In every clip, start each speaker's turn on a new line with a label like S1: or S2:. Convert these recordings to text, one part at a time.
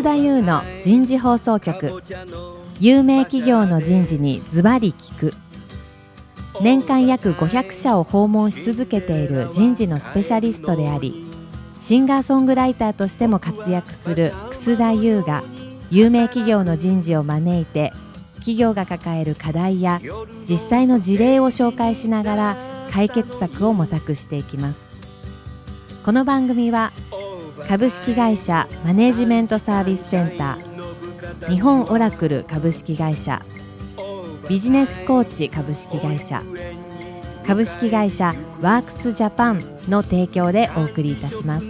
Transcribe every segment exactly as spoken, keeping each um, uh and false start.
S1: 楠田優の人事放送局。有名企業の人事にズバリ聞く。年間約ごひゃくしゃを訪問し続けている人事のスペシャリストであり、シンガーソングライターとしても活躍する楠田優が有名企業の人事を招いて、企業が抱える課題や実際の事例を紹介しながら解決策を模索していきます。この番組は株式会社マネジメントサービスセンター、日本オラクル株式会社、ビジネスコーチ株式会社、株式会社ワークスジャパンの提供でお送りいたします。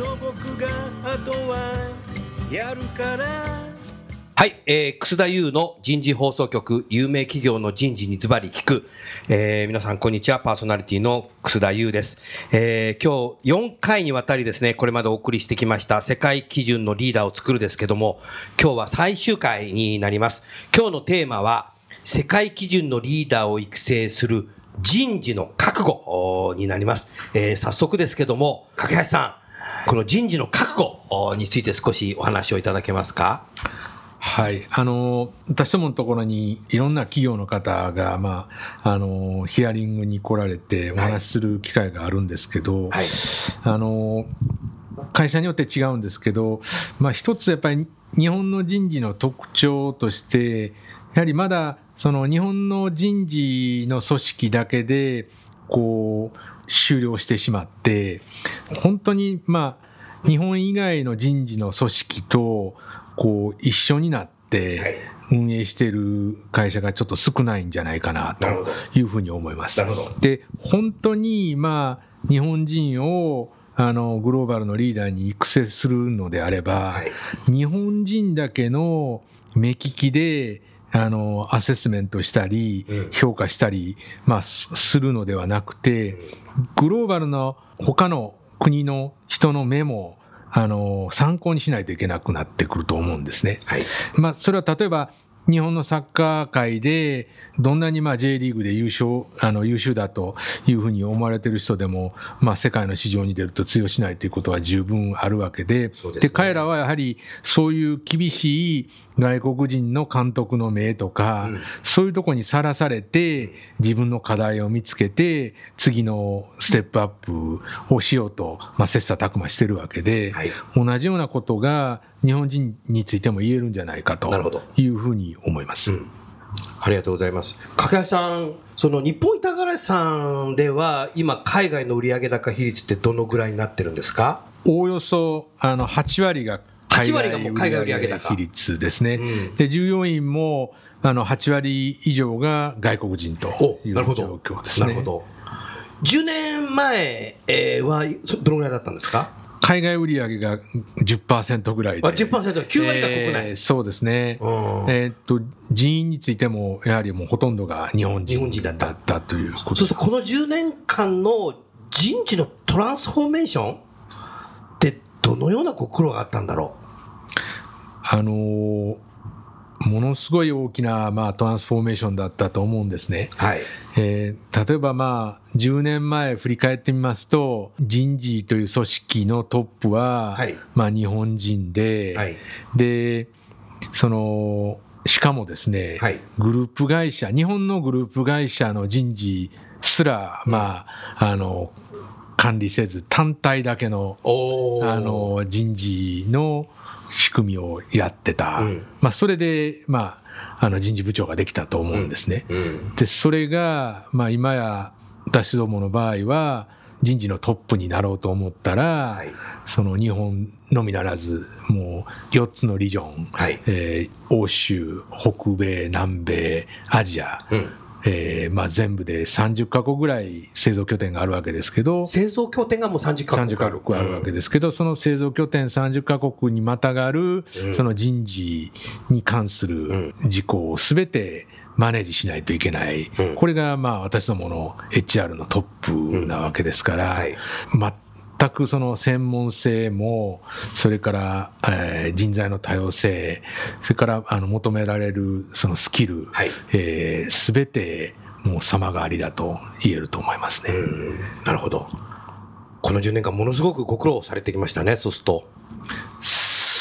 S2: はい、えー、楠田優の人事放送局、有名企業の人事にズバリ聞く、えー、皆さんこんにちは。パーソナリティの楠田優です。えー、今日よんかいにわたりですね、これまでお送りしてきました世界基準のリーダーを作るですけども、今日は最終回になります。今日のテーマは世界基準のリーダーを育成する人事の覚悟になります。えー、早速ですけども、架橋さん、この人事の覚悟について少しお話をいただけますか？
S3: はい、あの私どものところにいろんな企業の方が、まあ、あのヒアリングに来られてお話しする機会があるんですけど、はい、あの会社によって違うんですけど、まあ、一つやっぱり日本の人事の特徴としてやはりまだその日本の人事の組織だけでこう終了してしまって、本当にまあ日本以外の人事の組織とこう一緒になって運営している会社がちょっと少ないんじゃないかなというふうに思います。で、本当にまあ日本人をあのグローバルのリーダーに育成するのであれば、はい、日本人だけの目利きであのアセスメントしたり評価したり、まあ、するのではなくて、グローバルの他の国の人の目もあの参考にしないといけなくなってくると思うんですね。はい、まあ、それは例えば日本のサッカー界でどんなにまあ J リーグで優勝あの優秀だというふうに思われている人でも、まあ、世界の市場に出ると通用しないということは十分あるわけ で, で、ね、で彼らはやはりそういう厳しい外国人の監督の目とか、うん、そういうところにさらされて自分の課題を見つけて次のステップアップをしようと、まあ、切磋琢磨してるわけで、はい、同じようなことが日本人についても言えるんじゃないかというふうに思います。うん、
S2: ありがとうございます。架橋さん、その日本板倉さんでは今海外の売上高比率ってどのぐらいになってるんですか？
S3: おおよそあのはちわりが海外売上比率ですね。うん、で従業員もあのはちわり以上が外国人という状況ですね。
S2: なるほど。じゅうねんまえはどのぐらいだったんですか？
S3: 海外売上が じゅっパーセント ぐらいで、
S2: あ じゅっパーセント、きゅうわりが国内、
S3: えー、そうですね。えー、っと人員についてもやはりもうほとんどが日本人だったということ。
S2: そうするとこのじゅうねんかんの人事のトランスフォーメーションってどのようなご苦労があったんだろう？
S3: あのー、ものすごい大きな、まあ、トランスフォーメーションだったと思うんですね。はい。えー、例えば、まあ、じゅうねんまえ振り返ってみますと、人事という組織のトップは、はい、まあ、日本人で、はい、でそのしかもですね、はい、グループ会社、日本のグループ会社の人事すら、まあ、あの管理せず単体だけの、あの人事の仕組みをやってた、うん、まあ、それで、まあ、あの人事部長ができたと思うんですね。うんうん、でそれが、まあ、今や私どもの場合は人事のトップになろうと思ったら、はい、その日本のみならずもうよっつのリジョン、はい、えー、欧州、北米、南米、アジア、うん、えーまあ、全部でさんじゅっかこくぐらい製造拠点があるわけですけど、
S2: 製造拠点がもうさんじゅっかこく
S3: さんじゅっかこくあるわけですけど、うん、その製造拠点さんじゅっかこくにまたがる、うん、その人事に関する事項をすべてマネージしないといけない、うん、これがまあ私どもの エイチアール のトップなわけですから、うん、はい、全くその専門性もそれから、えー、人材の多様性、それからあの求められるそのスキル、はい、えー、全てもう様変わりだと言えると思いますね。うん、
S2: なるほど。このじゅうねんかんものすごくご苦労されてきましたね。そうすると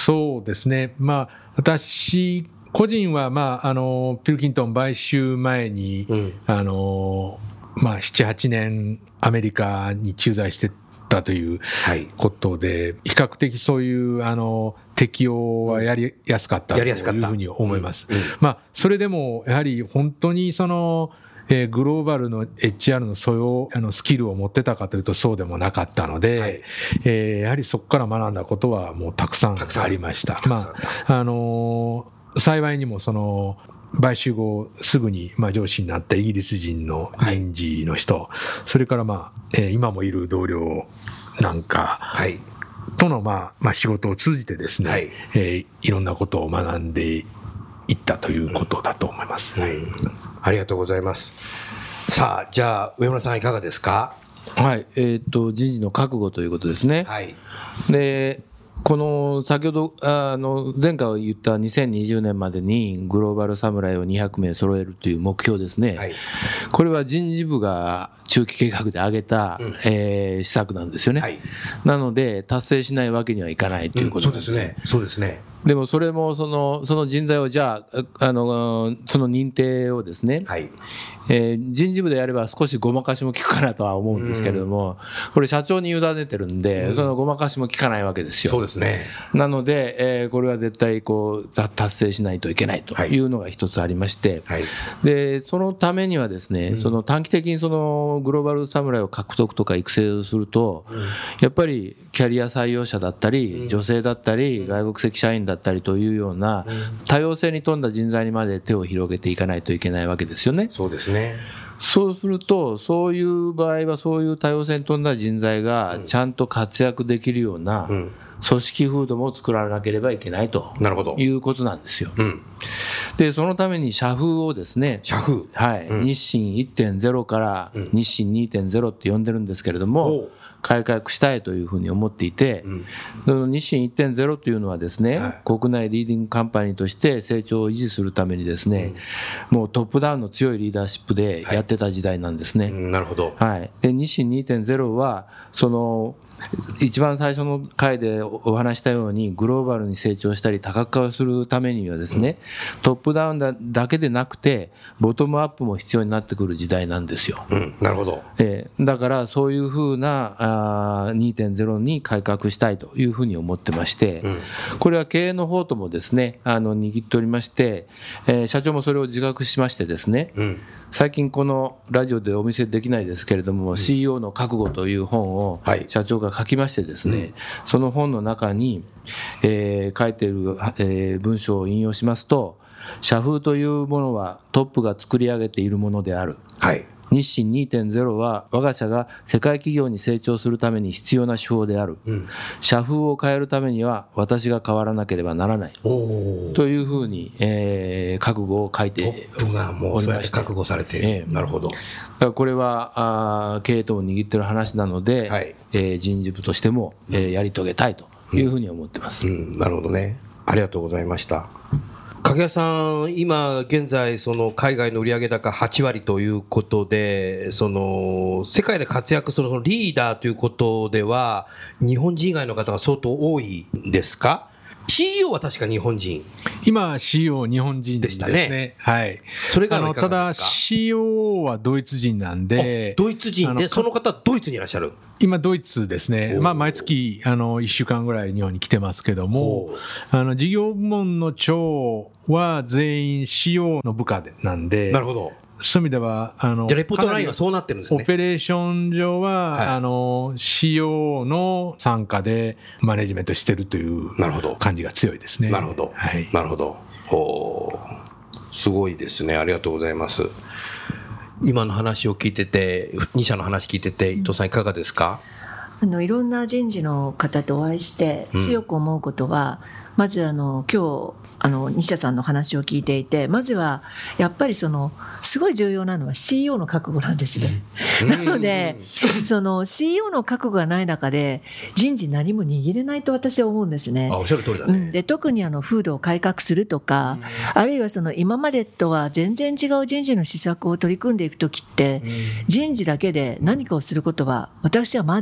S3: そうですね、まあ、私個人は、まあ、あのピルキントン買収前に、うん、あのまあ、ななはちねんアメリカに駐在してたということで、はい、比較的そういうあの適用はやりやすかったというふうに思います。うんうん、まあ、それでもやはり本当にそのえー、グローバルの エイチアール の素養、あのスキルを持ってたかというとそうでもなかったので、はい、えー、やはりそこから学んだことはもうたくさんありました。まあ、あのー、幸いにもその買収後すぐにまあ上司になったイギリス人の人事の人、はい、それからまあ、えー、今もいる同僚なんか、はい、とのまあ、まあ、仕事を通じてですね、はい、えー、いろんなことを学んでいったということだと思います。
S2: うん、はい、ありがとうございます。さあ、じゃあ上村さんいかがですか。
S4: はい、えー、と人事の覚悟ということですね。はい、でこの先ほどあの前回言ったにせんにじゅうねんまでにグローバル侍をにひゃくめい揃えるという目標ですね、はい、これは人事部が中期計画で挙げた、うん、えー、施策なんですよね、はい、なので達成しないわけにはいかないということなんです、
S2: うん、そうですね、そうですね。
S4: でもそれもその、その人材をじゃあ、あのその認定をですね、はい、えー、人事部でやれば少しごまかしも効くかなとは思うんですけれども、うん、これ社長に委ねてるんで、うん、そのごまかしも効かないわけですよ。
S2: そうですね。
S4: なので、えー、これは絶対こう達成しないといけないというのが一つありまして、はいはい、でそのためにはですね、うん、その短期的にそのグローバル侍を獲得とか育成をすると、うん、やっぱりキャリア採用者だったり、うん、女性だったり、外国籍社員だったりというような多様性に富んだ人材にまで手を広げていかないといけないわけですよね。
S2: そうですね。
S4: そうすると、そういう場合はそういう多様性に富んだ人材がちゃんと活躍できるような組織風土も作らなければいけないということなんですよ。うん、でそのために社風をですね、
S2: 社風、
S4: はい、うん、日清 いってんゼロ から日清 にてんゼロ って呼んでるんですけれども、うん、改革したいというふうに思っていて、うん、その日清 いってんゼロ というのはですね、はい、国内リーディングカンパニーとして成長を維持するためにですね、うん、もうトップダウンの強いリーダーシップでやってた時代なんですね。はい、
S2: うん、なるほど。
S4: はい、で日清 にてんゼロ はその一番最初の回でお話したようにグローバルに成長したり多角化をするためにはですね、うん、トップダウン だ, だけでなくてボトムアップも必要になってくる時代なんですよ。
S2: うん、なるほど。
S4: えー、だからそういうふうなあ にてんゼロ に改革したいというふうに思ってまして、うん、これは経営の方ともですねあの握っておりまして、えー、社長もそれを自覚しましてですね、うん、最近このラジオでお見せできないですけれども、うん、シーイーオー の覚悟という本を社長が書きましてですね、はい、その本の中に、えー、書いている、えー、文章を引用しますと、社風というものはトップが作り上げているものである、はい、日清 にてんゼロ は我が社が世界企業に成長するために必要な手法である、うん、社風を変えるためには私が変わらなければならないというふうに、えー、覚悟を書いておりまして、トップがもうそうやって
S2: 覚悟されて、えー、なるほど。だ
S4: からこれはあ経営とも握っている話なので、はい、えー、人事部としても、えー、やり遂げたいというふうに思ってます、
S2: うんうん、なるほどね。ありがとうございました。掛谷さん、今現在その海外の売上高はちわりということで、その世界で活躍するそのリーダーということでは日本人以外の方が相当多いですか？ シーイーオー は確か日本人、
S3: 今 シーイーオー 日本人ですね。でしたね。はい。
S2: それがいかがですか？
S3: ただ シーイーオー はドイツ人なんで、
S2: ドイツ人で、その方はドイツにいらっしゃる？
S3: 今ドイツですね。まあ毎月あのいっしゅうかんぐらい日本に来てますけども、あの事業部門の長は全員 シーイーオー の部下なんで、
S2: なるほど。
S3: そういう意味ではあの
S2: じゃあレポートラインはそうなってるんですね。
S3: オペレーション上は、はい、あの シーイーオー の傘下でマネジメントしてるという感じが強いですね。
S2: なるほど。はい。なるほど。おすごいですね。ありがとうございます。今の話を聞いてて、に社の話聞いてて、伊藤さんいかがですか？
S5: あのいろんな人事の方とお会いして強く思うことは、うん、まずあの今日あの西田さんの話を聞いていて、まずはやっぱりそのすごい重要なのは シーイーオー の覚悟なんですね。なのでその シーイーオー の覚悟がない中で人事何も握れないと私は思うんですね。
S2: あ、おっしゃる通りだね。
S5: うん、で特にあの風土を改革するとか、うん、あるいはその今までとは全然違う人事の施策を取り組んでいくときって、うん、人事だけで何かをすることは私はまず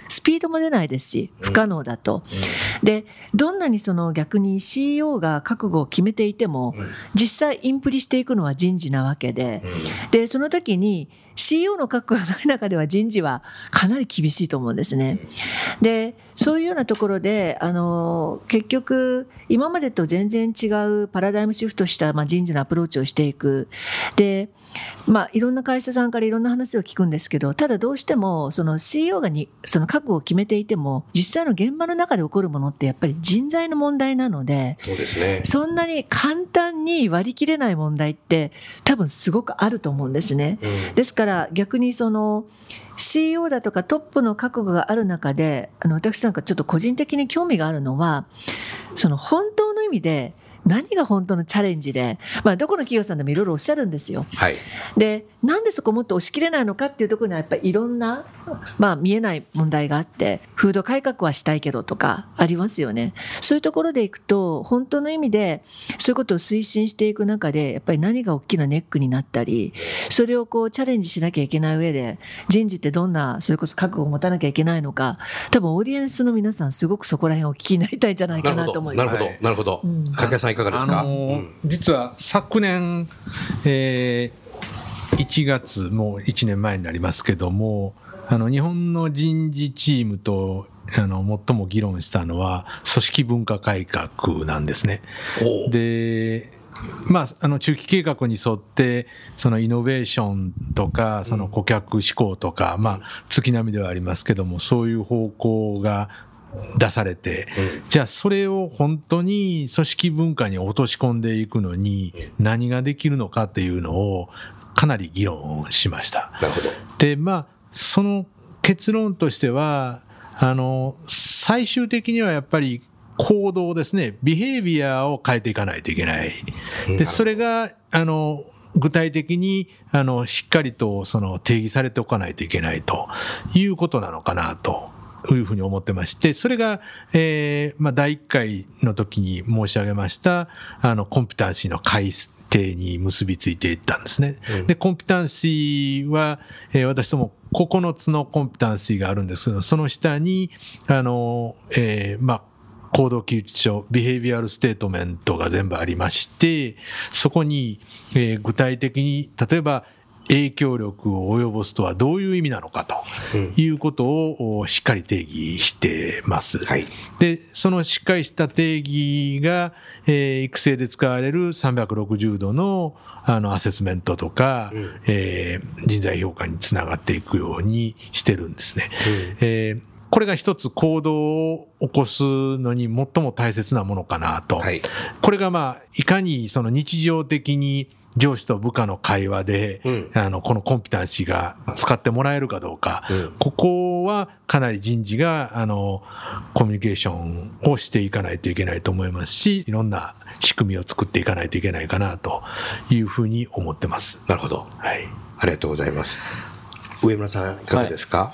S5: スピードも出ないですし、不可能だと。うん、で、どんなにその逆に シーイーオー が覚悟を決めていても、うん、実際インプリしていくのは人事なわけで、うん、で、その時に シーイーオー の覚悟がない中では人事はかなり厳しいと思うんですね。で、そういうようなところで、あの、結局、今までと全然違うパラダイムシフトした、まあ、人事のアプローチをしていく。で、まあ、いろんな会社さんからいろんな話を聞くんですけど、ただどうしても、その シーイーオー がに、その覚悟を決めていても、実際の現場の中で起こるものってやっぱり人材の問題なので、
S2: そうですね。
S5: そんなに簡単に割り切れない問題って多分すごくあると思うんですね。うん、ですから逆にその シーイーオー だとかトップの覚悟がある中で、あの私なんかちょっと個人的に興味があるのは、その本当の意味で何が本当のチャレンジで、まあ、どこの企業さんでもいろいろおっしゃるんですよ。
S2: はい、
S5: で、なんでそこもっと押し切れないのかっていうところにはやっぱりいろんな、まあ、見えない問題があって、風土改革はしたいけどとかありますよね。そういうところでいくと本当の意味でそういうことを推進していく中でやっぱり何が大きなネックになったり、それをこうチャレンジしなきゃいけない上で人事ってどんなそれこそ覚悟を持たなきゃいけないのか、多分オーディエンスの皆さんすごくそこら辺をお聞きになりたいんじゃないかなと思います。
S2: なるほど、なるほど、なるほど。掛谷さんいかがですか？
S3: あのーうん、実は昨年、えー、いちがつ、もういちねんまえになりますけども、あの日本の人事チームとあの最も議論したのは組織文化改革なんですね。で、まあ、あの中期計画に沿ってそのイノベーションとかその顧客志向とか、まあ月並みではありますけども、そういう方向が出されて、うん、じゃあそれを本当に組織文化に落とし込んでいくのに何ができるのかっていうのをかなり議論しました。
S2: なるほど。
S3: で、まあその結論としては、あの最終的にはやっぱり行動ですね、ビヘイビアを変えていかないといけない。で、それがあの具体的にあのしっかりとその定義されておかないといけないということなのかなというふうに思ってまして、それが、えーまあ、だいいっかいの時に申し上げましたあのコンピタンシーの改定に結びついていったんですね。うん、でコンピタンシーは、えー、私どもここのつのコンピタンシーがあるんですけど、その下にあの、えー、まあ行動記述書、ビヘイビアルステートメントが全部ありまして、そこに、えー、具体的に例えば影響力を及ぼすとはどういう意味なのかということをしっかり定義してます。はい、で、そのしっかりした定義が、えー、育成で使われるさんびゃくろくじゅうどのあのアセスメントとか、うんえー、人材評価につながっていくようにしてるんですね。うんえーこれが一つ行動を起こすのに最も大切なものかなと。はい、これがまあ、いかにその日常的に上司と部下の会話で、うん、あの、このコンピタンシーが使ってもらえるかどうか、うん、ここはかなり人事が、あの、コミュニケーションをしていかないといけないと思いますし、いろんな仕組みを作っていかないといけないかなというふうに思ってます。
S2: なるほど。はい。ありがとうございます。上村さん、いかがですか？はい、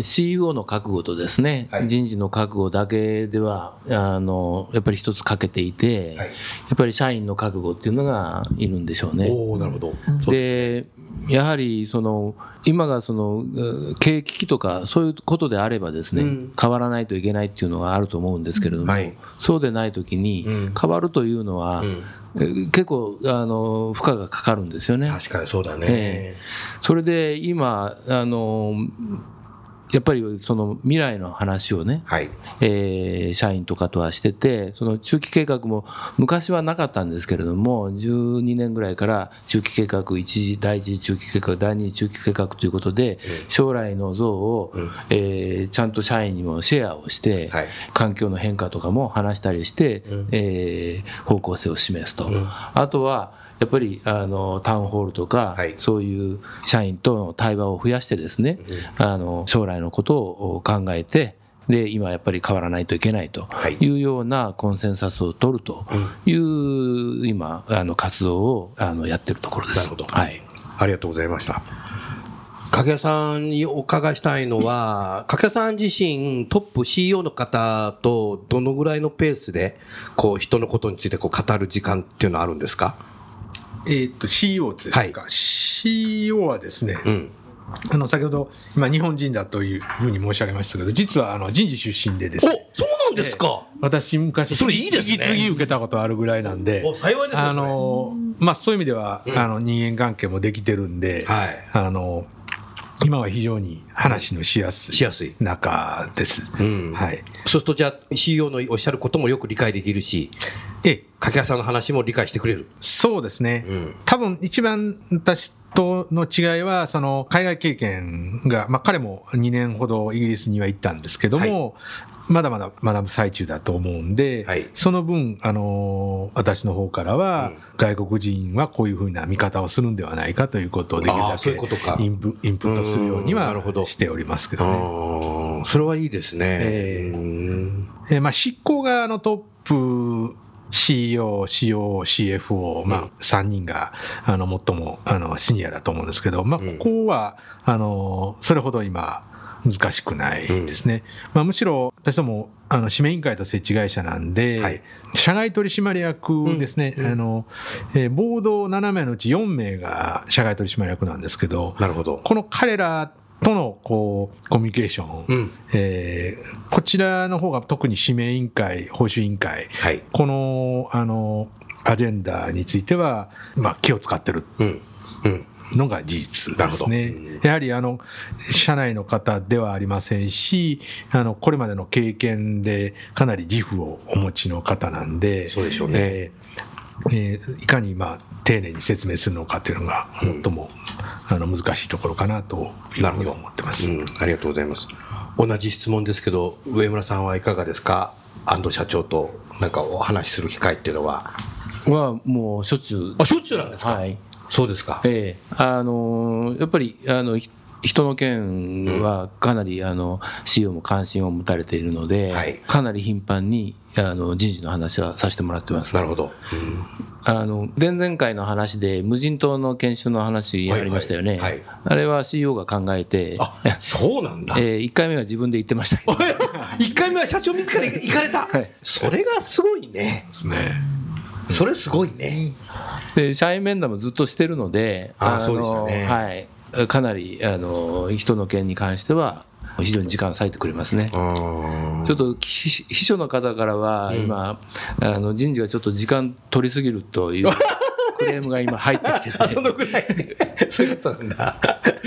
S4: シーイーオー の覚悟とですね、はい、人事の覚悟だけではあのやっぱり一つ欠けていて、はい、やっぱり社員の覚悟っていうのがいるんでしょうね。
S2: おー、なるほど。
S4: で、やはりその今がその経営危機とかそういうことであればですね、うん、変わらないといけないっていうのがあると思うんですけれども、はい、そうでない時に変わるというのは、うん、結構あの負荷がかかるんですよね。
S2: 確かにそうだね。
S4: えー、それで今あのやっぱりその未来の話をね、はいえー、社員とかとはしてて、その中期計画も昔はなかったんですけれども、じゅうにねんぐらいから中期計画一次、第一次中期計画、第二次中期計画ということで、将来の像を、うんえー、ちゃんと社員にもシェアをして、はい、環境の変化とかも話したりして、うんえー、方向性を示すと。うん、あとはやっぱりあのタウンホールとか、はい、そういう社員との対話を増やしてですね、うん、あの将来のことを考えて、で今やっぱり変わらないといけないというようなコンセンサスを取るという、うん、今あの活動をあのやってるところです。
S2: なるほど、はい、ありがとうございました。掛谷さんにお伺いしたいのは、掛谷さん自身トップ シーイーオー の方とどのぐらいのペースでこう人のことについてこう語る時間っていうのはあるんですか？
S3: えー、と シーイーオー ですか、はい、シーイーオー はですね、うん、 あの先ほど今日本人だというふうに申し上げましたけど、実はあの人事出身でですね。
S2: お、そうなんですか。
S3: えー、私昔
S2: それいいですね。
S3: 引き継ぎ受けたことあるぐらいなんで、
S2: お、幸いですね。
S3: あのまあそういう意味では、うん、あの人間関係もできてるんで、はい、あの今は非常に話のしやすい
S2: しやすい
S3: 中です。
S2: うん、はい。そうするとじゃあ シーイーオー のおっしゃることもよく理解できるし、ええ、掛川さんの話も理解してくれる。
S3: そうですね。うん、多分一番私との違いはその海外経験が、まあ彼もにねんほどイギリスには行ったんですけども。はい、まだまだ学ぶ最中だと思うんで、はい、その分、あのー、私の方からは、うん、外国人はこういうふうな見方をするんではないかということをできるだけインプ、インプットするようにはしておりますけどね。
S2: それはいいですね。
S3: えーえーまあ、執行側のトップシーイーオー、シーオー、シーエフオー、まあ、さんにんが、あの、最も、あの、シニアだと思うんですけど、まあ、ここは、あの、それほど今、難しくないですね。うん、まあ、むしろ私どもあの指名委員会と設置会社なんで、はい、社外取締役ですね、うんうん、あのえー、ボードななめいのうちよんめいが社外取締役なんですけど、
S2: なるほど。
S3: この彼らとのこうコミュニケーション、うん、えー、こちらの方が特に指名委員会、報酬委員会、はい、このあのアジェンダについては、まあ、気を使ってる。うんうんのが事実ですね。やはりあの社内の方ではありませんし、あのこれまでの経験でかなり自負をお持ちの方なんで、
S2: そうでしょうね。
S3: えーえー、いかにまあ丁寧に説明するのかというのが最も、うん、あの難しいところかなというふうに思ってます。
S2: うん、ありがとうございます。同じ質問ですけど、上村さんはいかがですか。安藤社長となんかお話しする機会っていうのは。
S4: はもうしょっちゅう。
S2: あ、しょっちゅうなんですか。はい。そうですか。
S4: ええ、あのやっぱりあの人の件はかなりあの シーイーオー も関心を持たれているので、はい、かなり頻繁にあの人事の話はさせてもらってます。
S2: なるほど。
S4: うん、あの前々回の話で無人島の研修の話ありましたよね。はいはいはい、あれは シーイーオー が考えて、
S2: あ、そうなんだ。
S4: えー、いっかいめは自分で言ってましたけど
S2: いっかいめは社長自ら行かれた、はい、それがすごいね。
S3: ですね。
S2: それすごいね。
S4: で社員面談もずっとしてるので、
S2: ああ、そうでしたね。
S4: はい、かなりあの人の件に関しては非常に時間を割いてくれますね。ちょっと秘書の方からは今、うん、あの人事がちょっと時間取りすぎるというクレームが今入ってきてて
S2: そのぐらいそういうことなんだ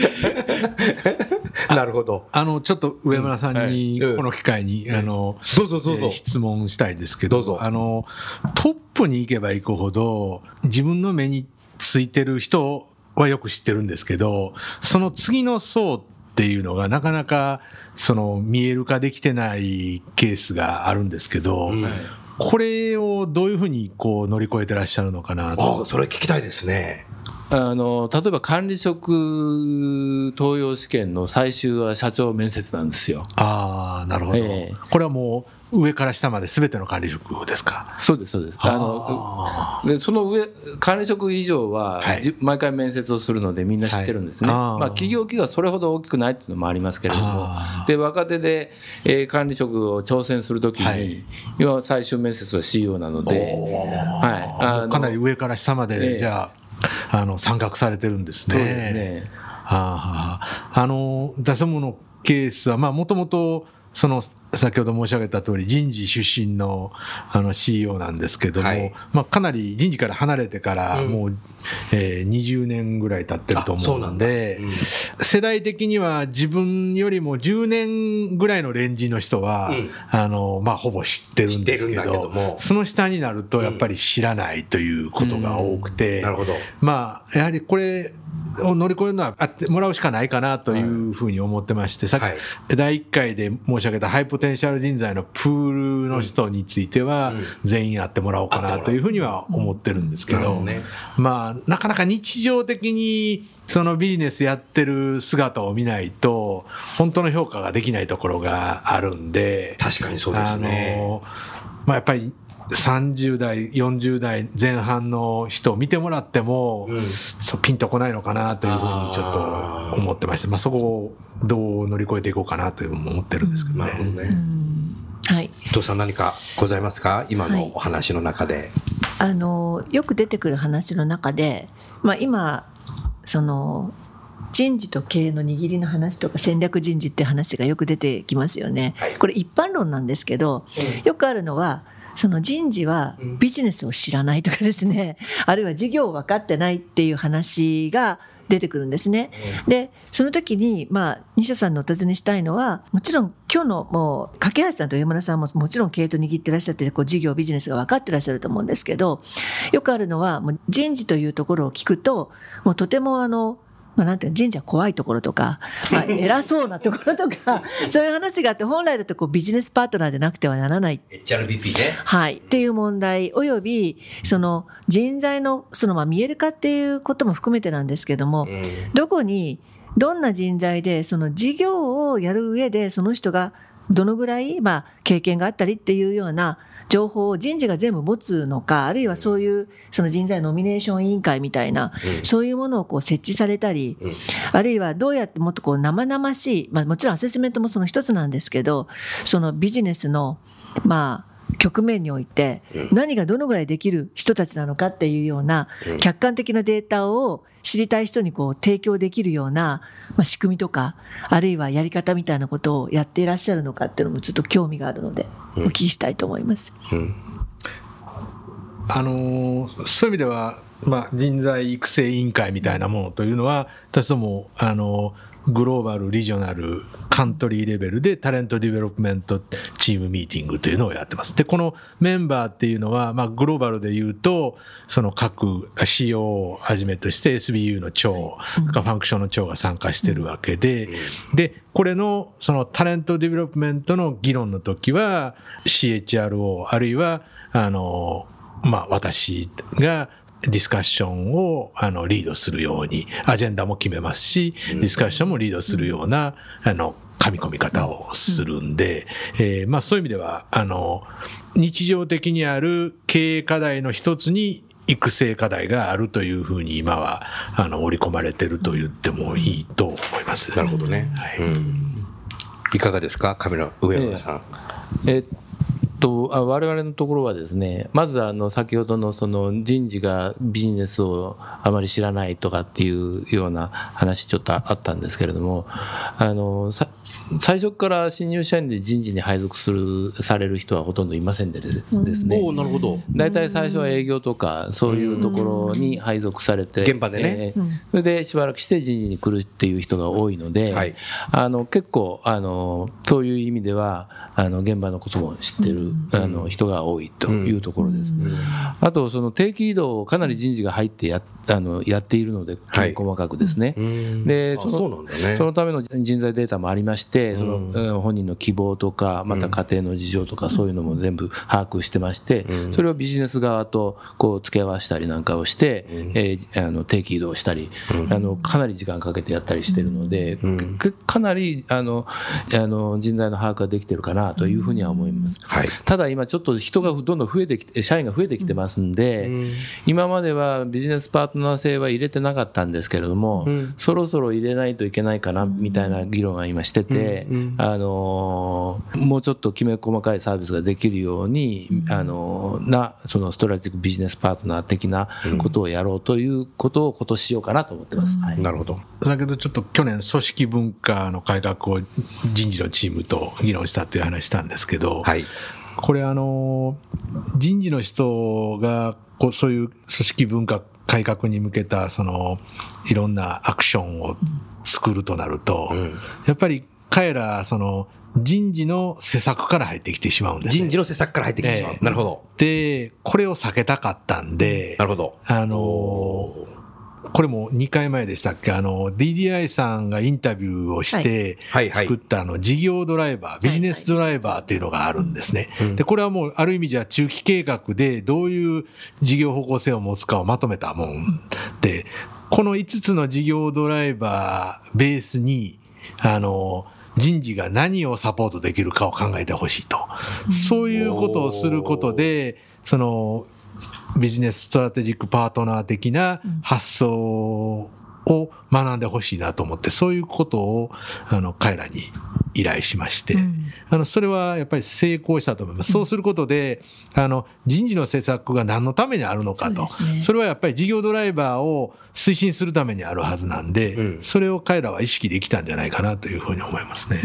S2: なるほど。
S3: あのちょっと上村さんにこの機会に、うん、あの
S2: どうぞどうぞ、えー、
S3: 質問したいんですけど、
S2: どうぞ。
S3: あのトップに行けば行くほど自分の目についてる人はよく知ってるんですけど、その次の層っていうのがなかなかその見える化できてないケースがあるんですけど、うん、これをどういうふうにこう乗り越えてらっしゃるのかなと。
S2: ああ、それ聞きたいですね。
S4: あの例えば管理職登用試験の最終は社長面接なんですよ。
S3: ああ、なるほど、えー、これはもう上から下まで全ての管理職ですか。
S4: そうですそうです。あのでその上管理職以上は、はい、毎回面接をするのでみんな知ってるんですね。はい、あまあ、企業規模がそれほど大きくないっていうのもありますけれども、で若手で、えー、管理職を挑戦するときに、はい、要最終面接は シーイーオー なので、
S3: はい、あのかなり上から下まで、えー、じゃああの参画されてるんですね。
S4: そうですね。
S3: はあ、あの出し物のケースはもともとその先ほど申し上げた通り人事出身のあの シーイーオー なんですけども、はい、まあ、かなり人事から離れてからもう、うん、えー、にじゅうねんぐらい経ってると思うので、うん、世代的には自分よりもじゅうねんぐらいのレンジの人は、うん、あのまあ、ほぼ知ってるんですけ ど, けども、その下になるとやっぱり知らないということが多くて、
S2: うん、なるほど。
S3: まあ、やはりこれを乗り越えるのはあってもらうしかないかなというふうに思ってまして、さっき、はい、だいいっかいで申し上げたハイポテンシャル人材のプールの人については全員会ってもらおうかなというふうには思ってるんですけど、うんね、まあなかなか日常的にそのビジネスやってる姿を見ないと本当の評価ができないところがあるんで、
S2: 確かにそうですね。
S3: あの、まあ、やっぱりさんじゅうだいよんじゅうだいぜん半の人を見てもらっても、うん、そうピンとこないのかなというふうにちょっと思ってまして、まあ、そこをどう乗り越えていこうかなというふうに思ってるんですけどね。なるほどね。うん、
S5: はい、
S2: 伊藤さん何かございますか、今のお話の中で。
S5: はい、あのよく出てくる話の中で、まあ、今その人事と経営の握りの話とか戦略人事って話がよく出てきますよね。これ一般論なんですけど、よくあるのはその人事はビジネスを知らないとかですね、あるいは事業を分かってないっていう話が出てくるんですね。でその時に、まあ、西田さんにお尋ねしたいのは、もちろん今日のもう架橋さんと山田さんももちろん経営と握ってらっしゃって、こう事業ビジネスが分かってらっしゃると思うんですけど、よくあるのはもう人事というところを聞くと、もうとてもあのまあ、なんていうの、人事は怖いところとか、まあ、偉そうなところとかそういう話があって、本来だとこうビジネスパートナーでなくてはならない
S2: エイチアールビーピー ね、
S5: はい、っていう問題およびその人材のそのまあ見える化っていうことも含めてなんですけども、うん、どこにどんな人材でその事業をやる上でその人がどのぐらいまあ経験があったりっていうような情報を人事が全部持つのか、あるいはそういうその人材ノミネーション委員会みたいな、うん、そういうものをこう設置されたり、うん、あるいはどうやってもっとこう生々しい、まあ、もちろんアセスメントもその一つなんですけど、そのビジネスのまあ局面において何がどのぐらいできる人たちなのかっていうような客観的なデータを知りたい人にこう提供できるようなまあ仕組みとか、あるいはやり方みたいなことをやっていらっしゃるのかっていうのもちょっと興味があるのでお聞きしたいと思います。うんうん、
S3: あのそういう意味では、まあ、人材育成委員会みたいなものというのは、私どもあのグローバル、リジョナル、カントリーレベルでタレントディベロップメントチームミーティングというのをやってます。で、このメンバーっていうのは、まあ、グローバルで言うと、その各 シーオー をはじめとして エスビーユー の長、ファンクションの長が参加してるわけで、で、これのそのタレントディベロップメントの議論の時は シーエイチアールオー あるいは、あの、まあ、私がディスカッションをあのリードするようにアジェンダも決めますし、ディスカッションもリードするようなあの噛み込み方をするんで、えー、まあそういう意味ではあの日常的にある経営課題の一つに育成課題があるというふうに今はあの織り込まれていると言ってもいいと思います。
S2: なるほどね。はい。うん、いかがですか、カメラ上山さん。
S4: えーえーと我々のところはですね、まずあの先ほどのその人事がビジネスをあまり知らないとかっていうような話ちょっとあったんですけれども、あのさ最初から新入社員で人事に配属するされる人はほとんどいませんでですね、
S2: お、なるほど。
S4: 大体最初は営業とかそういうところに配属されて、
S2: 現場でね、
S4: えー、それでしばらくして人事に来るっていう人が多いので、はい、あの結構あのそういう意味ではあの現場のことも知ってるあの人が多いというところです。あとその定期異動をかなり人事が入ってやあのやっているので、細かくですね、はい、でその、そうなんだね、そのための人材データもありまして、その本人の希望とかまた家庭の事情とかそういうのも全部把握してまして、それをビジネス側とこう付け合わせたりなんかをして、えー、あの定期移動したり、あのかなり時間かけてやったりしてるので、かなりあのあの人材の把握ができてるかなというふうには思います。はい、ただ今ちょっと人がどんどん増えてきて、社員が増えてきてますんで、今まではビジネスパートナー制は入れてなかったんですけれども、そろそろ入れないといけないかなみたいな議論が今してて、あのもうちょっときめ細かいサービスができるように、あのなそのストラテジックビジネスパートナー的なことをやろうということを今年しようかなと思ってます。はい、
S2: なるほど。
S3: だけどちょっと去年組織文化の改革を人事のチームと議論したという話したんですけど、はい、これあの人事の人がこうそういう組織文化改革に向けたそのいろんなアクションを作るとなると、うん、やっぱり彼らその人事の施策から入ってきてしまうんですね。
S2: 人事の施策から入ってきてしまう。えー、なるほど。
S3: で、これを避けたかったんで、
S2: なるほど。
S3: あのこれもにかいまえでしたっけ、あの ディーディーアイ さんがインタビューをして作ったあの事業ドライバー、ビジネスドライバーっていうのがあるんですね。で、これはもうある意味じゃ中期計画でどういう事業方向性を持つかをまとめたもんで、このいつつの事業ドライバーベースにあの人事が何をサポートできるかを考えてほしいと、そういうことをすることでそのビジネスストラテジックパートナー的な発想を学んでほしいなと思って、そういうことをあの彼らに依頼しまして、
S5: うん、
S3: あのそれはやっぱり成功したと思います。そうすることであの人事の施策が何のためにあるのかと、 そ,、ね、それはやっぱり事業ドライバーを推進するためにあるはずなんで、うん、それを彼らは意識できたんじゃないかなというふうに思いますね、うん、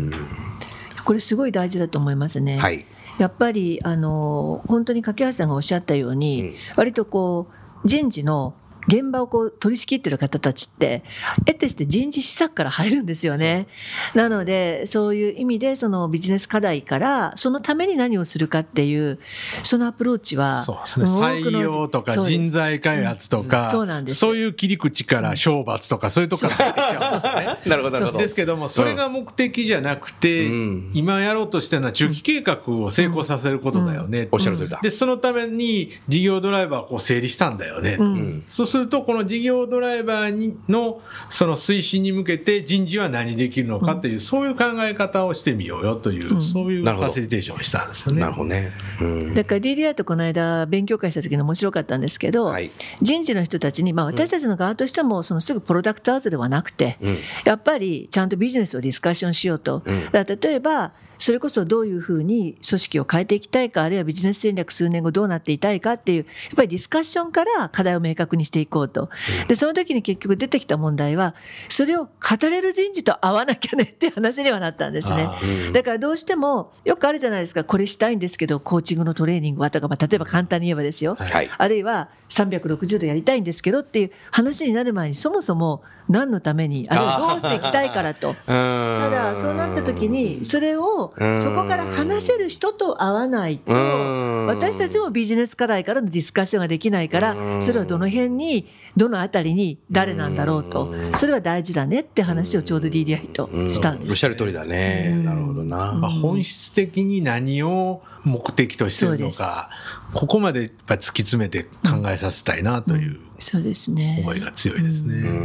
S5: これすごい大事だと思いますね、はい、やっぱりあの本当に架橋さんがおっしゃったように、うん、割とこう人事の現場をこう取り仕切ってる方たちって得てして人事施策から入るんですよね。なのでそういう意味でそのビジネス課題からそのために何をするかっていうそのアプローチは
S3: そうですね、採用とか人材開発とか、うん、そうなんです。そういう切り口から賞罰とかそういうとこから出てきちゃうんですよね。
S2: なるほどなるほど。
S3: ですけどもそれが目的じゃなくて、うん、今やろうとしてるのは中期計画を成功させることだよね、うんうん、
S2: おっしゃる通りだ。
S3: でそのために事業ドライバーをこう整理したんだよね、うん、そうするとこの事業ドライバーに の, その推進に向けて人事は何できるのかという、うん、そういう考え方をしてみようよという、うん、そういうファシリテーションをしたんですよね。
S2: なるほどね、うん、
S5: だから ディーディーアイ とこの間勉強会した時に面白かったんですけど、はい、人事の人たちに、まあ、私たちの側としてもそのすぐプロダクトアウトではなくて、うん、やっぱりちゃんとビジネスをディスカッションしようと、うん、だから例えばそれこそどういうふうに組織を変えていきたいか、あるいはビジネス戦略数年後どうなっていたいかっていうやっぱりディスカッションから課題を明確にしていこうと。でその時に結局出てきた問題はそれを語れる人事と合わなきゃねっていう話にはなったんですね。だからどうしてもよくあるじゃないですか、これしたいんですけどコーチングのトレーニングはとか、まあ、例えば簡単に言えばですよ、はい、あるいはさんびゃくろくじゅうどやりたいんですけどっていう話になる前にそもそも何のために、あるいはどうしていきたいからと。ただそうなった時にそれをそこから話せる人と会わないと私たちもビジネス課題からのディスカッションができないから、それはどの辺にどのあたりに誰なんだろうと、それは大事だねって話をちょうど ディーディーアイ としたんです。
S2: おっしゃる通りだね。なるほどな、
S3: まあ、本質的に何を目的としているのか、ここまでやっぱ突き詰めて考えさせたいなという思いが強いですね。
S2: うんうん、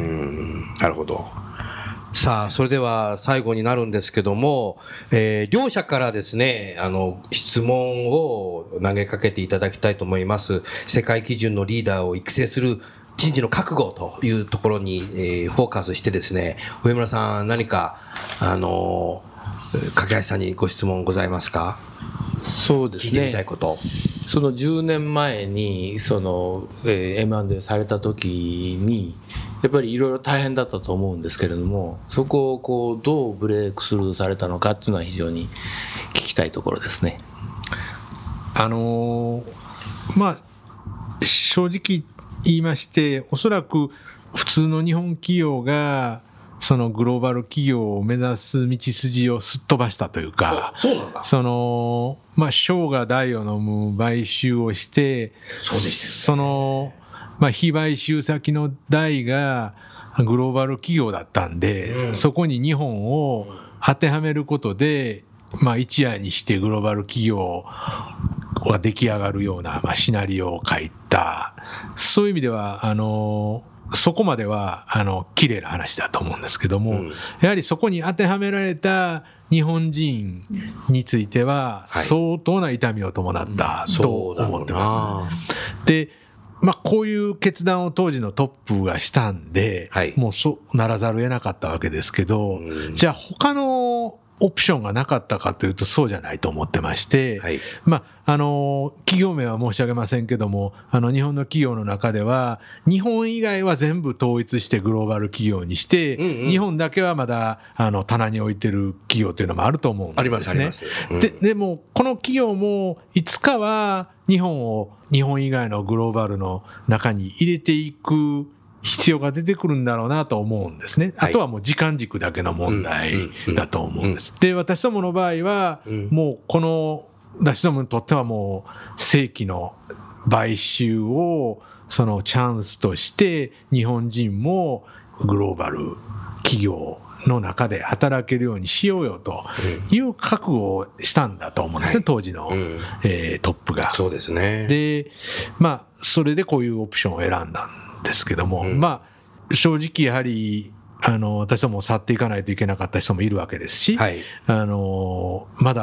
S2: なるほど。さあそれでは最後になるんですけども、えー、両者からですねあの質問を投げかけていただきたいと思います。世界基準のリーダーを育成する人事の覚悟というところに、えー、フォーカスしてですね、上村さん何かあの架橋さんにご質問ございますか？
S4: そうですね、
S2: 聞いてみたいこと。
S4: そのじゅうねんまえにその、えー、エムアンドエー された時にやっぱりいろいろ大変だったと思うんですけれども、そこをこうどうブレイクスルーされたのかっていうのは非常に聞きたいところですね。
S3: あのー、まあ正直言いまして、おそらく普通の日本企業がそのグローバル企業を目指す道筋をすっ飛ばしたというか、
S2: そうなんだ。
S3: そのまあ小が大を飲む買収をして、
S2: そうです、
S3: ね、そのまあ非買収先の大がグローバル企業だったんで、うん、そこに日本を当てはめることで、まあ一夜にしてグローバル企業が出来上がるような、まあ、シナリオを書いた。そういう意味ではあのそこまではあの綺麗な話だと思うんですけども、うん、やはりそこに当てはめられた日本人については相当な痛みを伴ったと思ってます。で、まあ、こういう決断を当時のトップがしたんで、はい、もうそうならざるを得なかったわけですけど、うん、じゃあ他のオプションがなかったかというとそうじゃないと思ってまして、はい、まあ、あの企業名は申し上げませんけども、あの日本の企業の中では日本以外は全部統一してグローバル企業にして、うんうん、日本だけはまだあの棚に置いてる企業というのもあると思うんですね。
S2: ありますあります、
S3: うん、で, でもこの企業もいつかは日本を日本以外のグローバルの中に入れていく必要が出てくるんだろうなと思うんですね。あとはもう時間軸だけの問題だと思うんです。で、私どもの場合はもうこの私どもにとってはもう世紀の買収をそのチャンスとして日本人もグローバル企業の中で働けるようにしようよという覚悟をしたんだと思うんですね、当時のえトップが。
S2: そうですね。
S3: で、まあそれでこういうオプションを選んだんですけども、うん、まあ正直やはりあの私ども去っていかないといけなかった人もいるわけですし、はい、あのまだ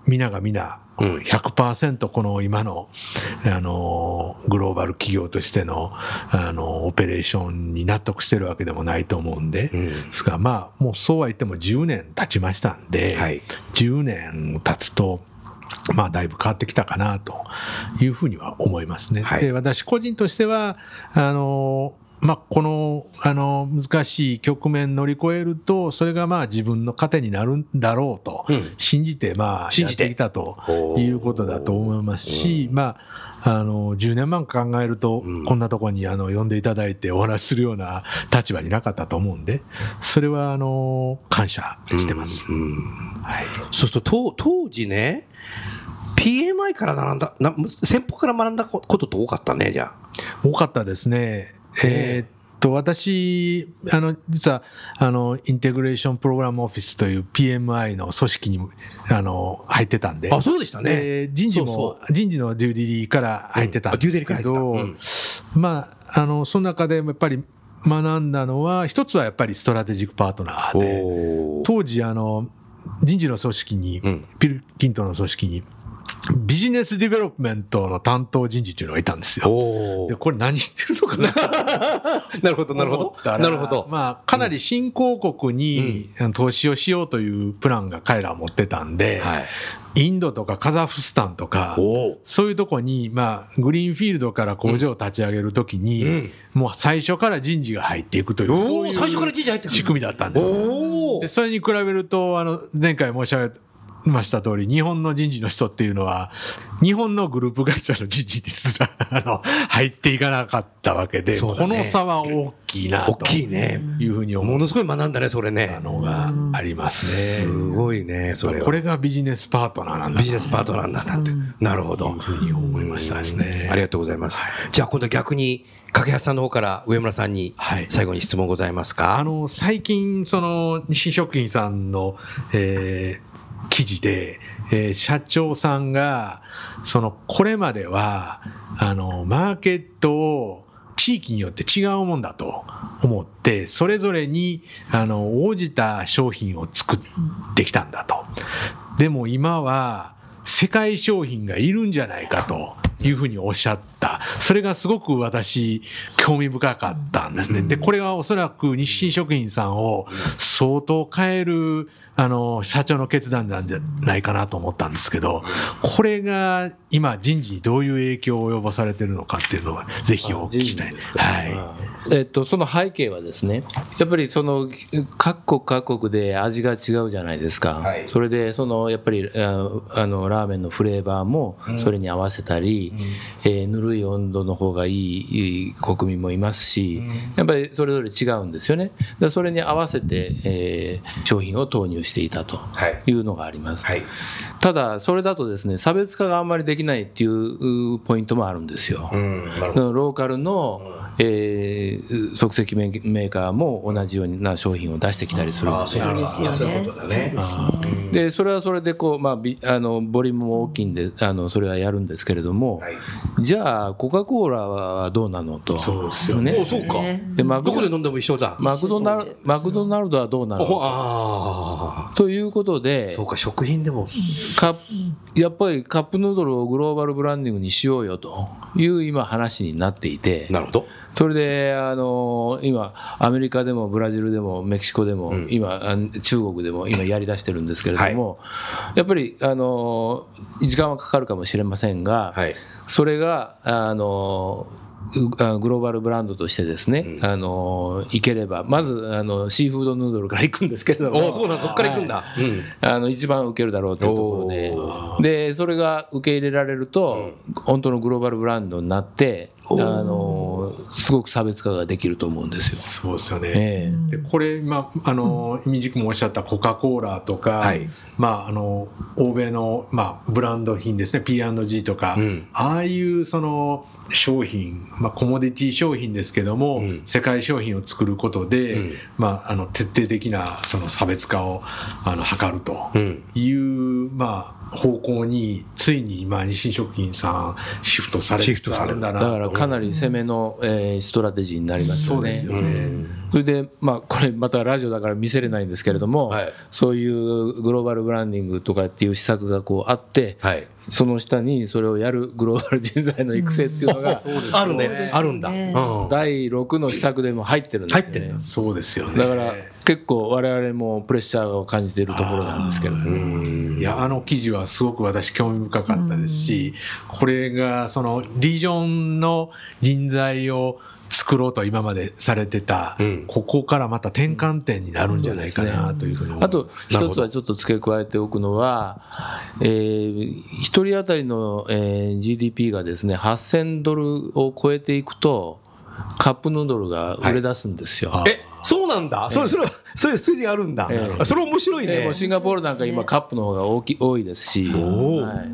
S3: 皆が皆ひゃくパーセント この今の、あのグローバル企業としての、あのオペレーションに納得してるわけでもないと思うんで、うん、ですからまあもうそうは言ってもじゅうねん経ちましたんで、はい、じゅうねん経つとまあだいぶ変わってきたかなというふうには思いますね。はい、で私個人としてはあのまあ、この、あの、難しい局面乗り越えると、それがまあ自分の糧になるんだろうと、信じて、まあ、やってきたということだと思いますし、まあ、あの、じゅうねんまえ考えると、こんなところに、あの、呼んでいただいてお話しするような立場になかったと思うんで、それは、あの、感謝してます。うんうん、
S2: はい。そうすると、当時ね、ピーエムアイ から学んだ、な先方から学んだことって多かったね、じゃあ。
S3: 多かったですね。えー、っと私あの実はあのインテグレーションプログラムオフィスという ピーエムアイ の組織にあの入ってたんで、
S2: あ、そうでしたね。
S3: えー、人事もそうそう人事のデューディリーから入ってたんですけど、うん、まああのその中でやっぱり学んだのは一つはやっぱりストラテジックパートナーで、当時あの人事の組織に、うん、ビル・キントンの組織にビジネスディベロップメントの担当人事っていうのがいたんですよ。で、これ何してるのかな
S2: なるほど、なるほど。なるほど。
S3: まあ、かなり新興国に投資をしようというプランが彼らは持ってたんで、はい、インドとかカザフスタンとか、そういうとこに、まあ、グリーンフィールドから工場を立ち上げるときに、うん、もう最初から人事が入っていくという、そういう
S2: 最初から人事入ってくる
S3: 仕組みだったんです。で、それに比べると、あの、前回申し上げた、ました通り、日本の人事の人っていうのは、日本のグループ会社の人事にすら、あの、入っていかなかったわけで、ね、この差は大きいなと。
S2: 大きいね。
S3: いうふうに思う。
S2: ものすごい学んだね、それね。
S3: のがありますね。
S2: すごいね、それは。
S3: これがビジネスパートナーなんだ。
S2: ビジネスパートナーなんだって。なるほど。
S3: いうふうに思いましたですね。
S2: ありがとうございます。はい、じゃあ今度逆に、掛橋さんの方から上村さんに最後に質問ございますか。
S3: はい、あの、最近、その、日清食品さんの、えー、記事で、えー、社長さんがそのこれまではあのマーケットを地域によって違うもんだと思ってそれぞれにあの応じた商品を作ってきたんだと。でも今は世界商品がいるんじゃないかというふうにおっしゃった。それがすごく私興味深かったんですね。でこれはおそらく日清食品さんを相当変えるあの社長の決断なんじゃないかなと思ったんですけど、これが今人事にどういう影響を及ぼされているのかっていうのはぜひお聞きしたいです。はい。
S4: えっとその背景はですね、やっぱりその各国各国で味が違うじゃないですか。はい、それでそのやっぱりああのラーメンのフレーバーもそれに合わせたり、うんえー、ぬるい温度の方がいい、いい国民もいますし、やっぱりそれぞれ違うんですよね。でそれに合わせて、えー、商品を投入していたというのがあります。はいはい、ただそれだとですね、差別化があんまりできないっていうポイントもあるんですよ。うん、ローカルの、えー、即席メーカーも同じような商品を出してきたりするんですよ。
S5: そうですよね。そうですね。
S4: でそれはそれでこう、まあ、ビあのボリュームも大きいんであのそれはやるんですけれども、はい、じゃあコカ・コーラはどうなのと。
S2: そうですよね。おそうか。でマクどこで飲んでも一緒だ。
S4: マクドナルマクドナルドはどうなの
S2: あ
S4: ということで、
S2: そうか食品でも
S4: カやっぱりカップヌードルをグローバルブランディングにしようよという今話になっていて。
S2: なるほど。
S4: それであの今アメリカでもブラジルでもメキシコでも、うん、今中国でも今やりだしてるんですけれども、はい、やっぱりあの時間はかかるかもしれませんが、はい、それがあのグローバルブランドとしてですね、うん、あのいければまずあのシーフードヌードルから行くんですけれども、
S2: おそうなんそこから行くんだ、はいうん、
S4: あの一番受けるだろうというところで、でそれが受け入れられると、うん、本当のグローバルブランドになってあのすごく差別化ができると思うんですよ。
S3: そうですよね。えー、でこれ今あのイミジ君もおっしゃったコカ・コーラとか、はいまあ、あの欧米の、まあ、ブランド品ですね ピーアンドジー とか、うん、ああいうその商品、まあ、コモディティ商品ですけども、うん、世界商品を作ることで、うんまあ、あの徹底的なその差別化をあの図るという、うん、まあ方向についに今日清食品さんシフトされてるんだなと。
S4: だからかなり攻めの、えー、ストラテジーになりますよね。
S3: そうですよね。
S4: それで、まあ、これまたラジオだから見せれないんですけれども、はい、そういうグローバルブランディングとかっていう施策がこうあって、はい、その下にそれをやるグローバル人材の育成っていうのが、うん、
S2: あるね、あるんだ、
S4: うん、だいろくの施策でも入ってるんですよね。
S3: 入ってる。そうですよね。
S4: だから結構我々もプレッシャーを感じているところなんですけど、
S3: いや、あの記事はすごく私興味深かったですし、これがそのリージョンの人材を作ろうと今までされてた、うん、ここからまた転換点になるんじゃないかなというふうに思います。
S4: あと一つはちょっと付け加えておくのは、えー、ひとり当たりの、えー、ジーディーピー がですねはっせんドルを超えていくとカップヌードルが売れ出すんですよ。
S2: はい、えそうなんだ、えー、それそれはそういう数字があるんだ、えー、それ面白いね。
S4: えー、もうシンガポールなんか今カップの方が大き多いですし、はい、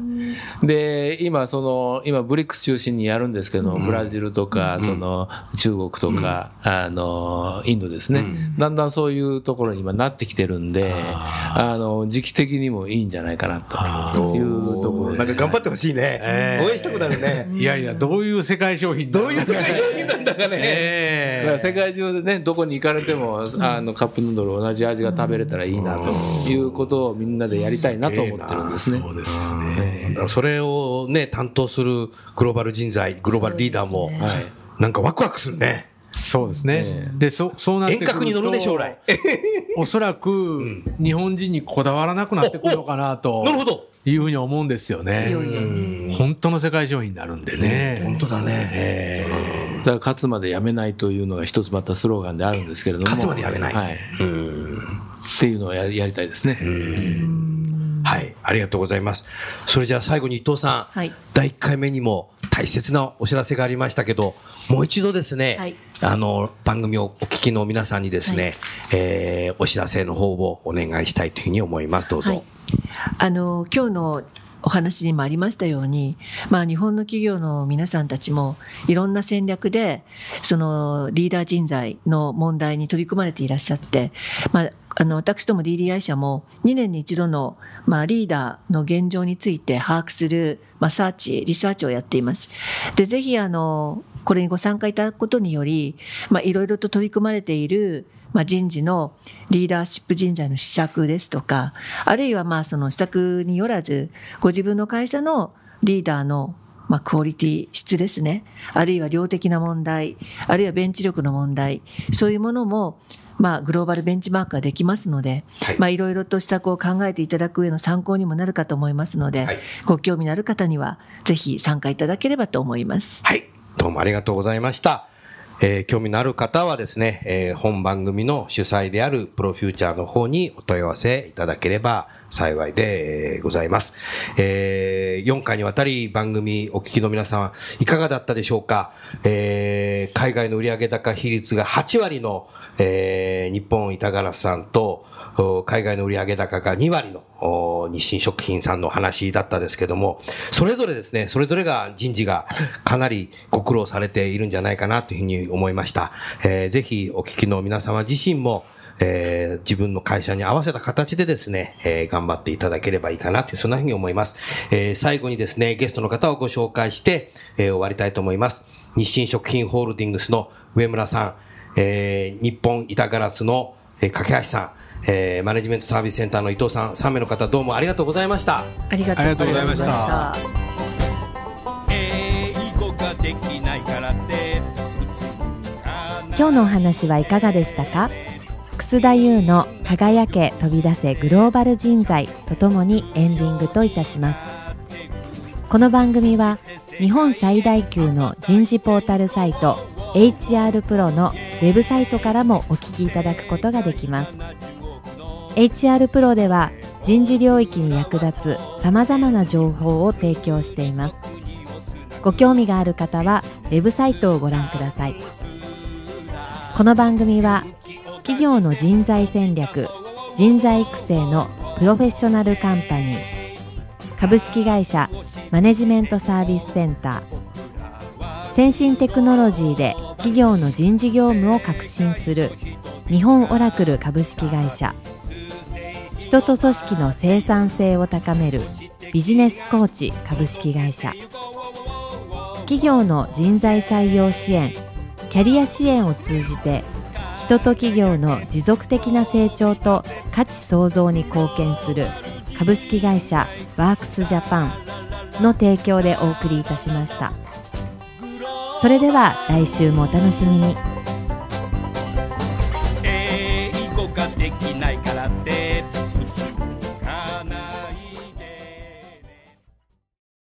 S4: で今その今ブリックス中心にやるんですけど、うん、ブラジルとか、うん、その中国とか、うん、あのインドですね、うん、だんだんそういうところに今なってきてるんで、あの時期的にもいいんじゃないかなというところです、ね、
S2: なんか頑張ってほしいね、えー、応援したくなるね。
S3: いやいや、どういう世界商品
S2: どういう世界商品なんだかね、
S4: えー、だから世界中でねどこに行かれてもあのカップヌードル同じ味が食べれたらいいなということをみんなでやりたいなと思ってるんですね。
S2: そうですね。だからそれをね担当するグローバル人材、グローバルリーダーもなんかワクワクするね。
S3: そうですね。で、そ、そうなってくると
S2: 遠隔に乗るで将来
S3: おそらく日本人にこだわらなくなってくるのかなというふうに思うんですよね。本当の世界商品になるんでね。
S2: 本当だね。
S4: だから勝つまでやめないというのが一つまたスローガンであるんですけれども、
S2: 勝つまでやめない、
S4: はい、っていうのをやり、やりたいですね。
S2: はい、ありがとうございます。それじゃあ最後に伊藤さん、はい、だいいっかいめにも大切なお知らせがありましたけど、もう一度ですね、はい、あの番組をお聞きの皆さんにですね、はい、えー、お知らせの方をお願いしたいというふうに思います。どうぞ。はい、
S5: あの今日のお話にもありましたように、まあ、日本の企業の皆さんたちもいろんな戦略でそのリーダー人材の問題に取り組まれていらっしゃって、まあ、あの私ども ディーディーアイ 社もにねんに一度の、まあ、リーダーの現状について把握する、まあ、サーチリサーチをやっています。でぜひあのこれにご参加いただくことにより、まあ、いろいろと取り組まれているまあ、人事のリーダーシップ人材の施策ですとか、あるいはまあその施策によらずご自分の会社のリーダーのまあクオリティ質ですね、あるいは量的な問題、あるいはベンチ力の問題、そういうものもまあグローバルベンチマークができますので、はい、まあいろいろと施策を考えていただく上の参考にもなるかと思いますので、はい、ご興味のある方にはぜひ参加いただければと思います。
S2: はい、どうもありがとうございました。えー、興味のある方はですね、えー、本番組の主催であるプロフューチャーの方にお問い合わせいただければ幸いで、えー、ございます。えー、よんかいにわたり番組お聞きの皆さんいかがだったでしょうか。えー、海外の売上高比率がはちわりの、えー、日本板ガラスさんと海外の売上高がにわりの日清食品さんの話だったですけども、それぞれですね、それぞれが人事がかなりご苦労されているんじゃないかなというふうに思いました。えー、ぜひお聞きの皆様自身も、えー、自分の会社に合わせた形でですね、えー、頑張っていただければいいかなという、そんなふうに思います。えー、最後にですね、ゲストの方をご紹介して、えー、終わりたいと思います。日清食品ホールディングスの上村さん、えー、日本板ガラスの、えー、架橋さん、えー、マネジメントサービスセンターの伊藤さん、さんめいの方どうもありがとうございました。
S5: ありがとうございました。
S1: 今日のお話はいかがでしたか。楠田優の輝け飛び出せグローバル人材とともにエンディングといたします。この番組は日本最大級の人事ポータルサイト エイチアール プロのウェブサイトからもお聞きいただくことができます。エイチアール プロでは人事領域に役立つさまざまな情報を提供しています。ご興味がある方はウェブサイトをご覧ください。この番組は企業の人材戦略、人材育成のプロフェッショナルカンパニー、株式会社マネジメントサービスセンター、先進テクノロジーで企業の人事業務を革新する日本オラクル株式会社、人と組織の生産性を高めるビジネスコーチ株式会社、企業の人材採用支援、キャリア支援を通じて人と企業の持続的な成長と価値創造に貢献する株式会社ワークスジャパンの提供でお送りいたしました。それでは来週もお楽しみに。